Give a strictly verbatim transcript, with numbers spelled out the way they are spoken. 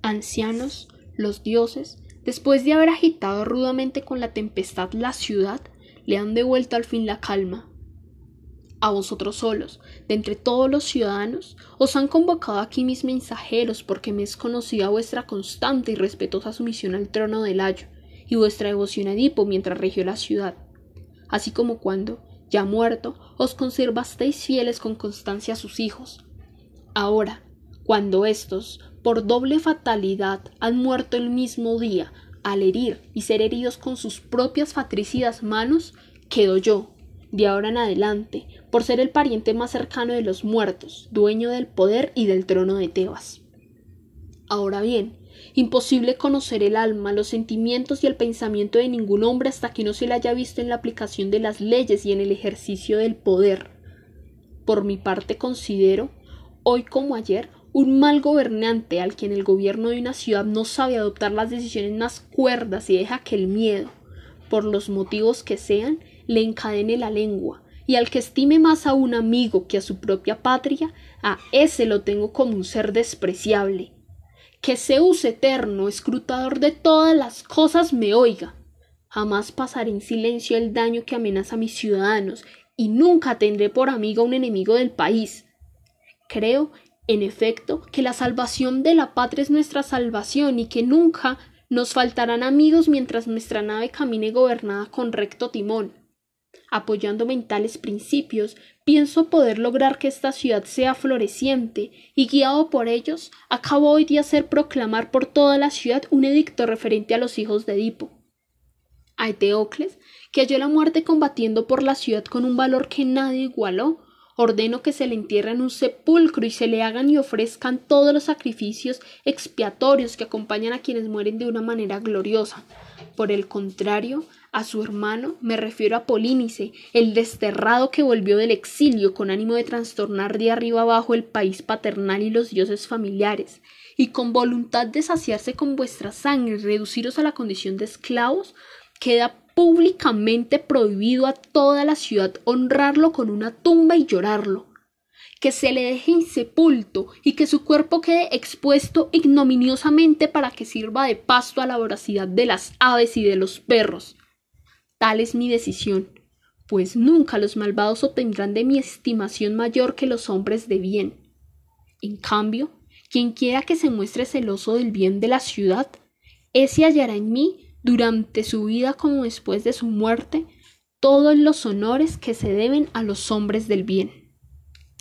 Ancianos, los dioses, después de haber agitado rudamente con la tempestad la ciudad, le han devuelto al fin la calma. A vosotros solos, de entre todos los ciudadanos, os han convocado aquí mis mensajeros, porque me es conocida vuestra constante y respetuosa sumisión al trono de Layo, y vuestra devoción a Edipo mientras regió la ciudad, así como cuando, ya muerto, os conservasteis fieles con constancia a sus hijos. Ahora, cuando éstos, por doble fatalidad, han muerto el mismo día, al herir y ser heridos con sus propias fratricidas manos, quedo yo, de ahora en adelante, por ser el pariente más cercano de los muertos, dueño del poder y del trono de Tebas. Ahora bien, imposible conocer el alma, los sentimientos y el pensamiento de ningún hombre hasta que no se le haya visto en la aplicación de las leyes y en el ejercicio del poder. Por mi parte considero, hoy como ayer, un mal gobernante al quien el gobierno de una ciudad no sabe adoptar las decisiones más cuerdas y deja que el miedo, por los motivos que sean, le encadene la lengua, y al que estime más a un amigo que a su propia patria, a ese lo tengo como un ser despreciable. Que Zeus eterno, escrutador de todas las cosas, me oiga. Jamás pasaré en silencio el daño que amenaza a mis ciudadanos, y nunca tendré por amigo a un enemigo del país. Creo, en efecto, que la salvación de la patria es nuestra salvación, y que nunca nos faltarán amigos mientras nuestra nave camine gobernada con recto timón. Apoyándome en tales principios, pienso poder lograr que esta ciudad sea floreciente, y guiado por ellos, acabo hoy de hacer proclamar por toda la ciudad un edicto referente a los hijos de Edipo. A Eteocles, que halló la muerte combatiendo por la ciudad con un valor que nadie igualó, ordeno que se le entierre en un sepulcro y se le hagan y ofrezcan todos los sacrificios expiatorios que acompañan a quienes mueren de una manera gloriosa. Por el contrario, a su hermano, me refiero a Polínice, el desterrado que volvió del exilio con ánimo de trastornar de arriba abajo el país paternal y los dioses familiares, y con voluntad de saciarse con vuestra sangre y reduciros a la condición de esclavos, queda públicamente prohibido a toda la ciudad honrarlo con una tumba y llorarlo, que se le deje insepulto y que su cuerpo quede expuesto ignominiosamente para que sirva de pasto a la voracidad de las aves y de los perros. Tal es mi decisión, pues nunca los malvados obtendrán de mi estimación mayor que los hombres de bien. En cambio, quien quiera que se muestre celoso del bien de la ciudad, ese hallará en mí, durante su vida como después de su muerte, todos los honores que se deben a los hombres del bien.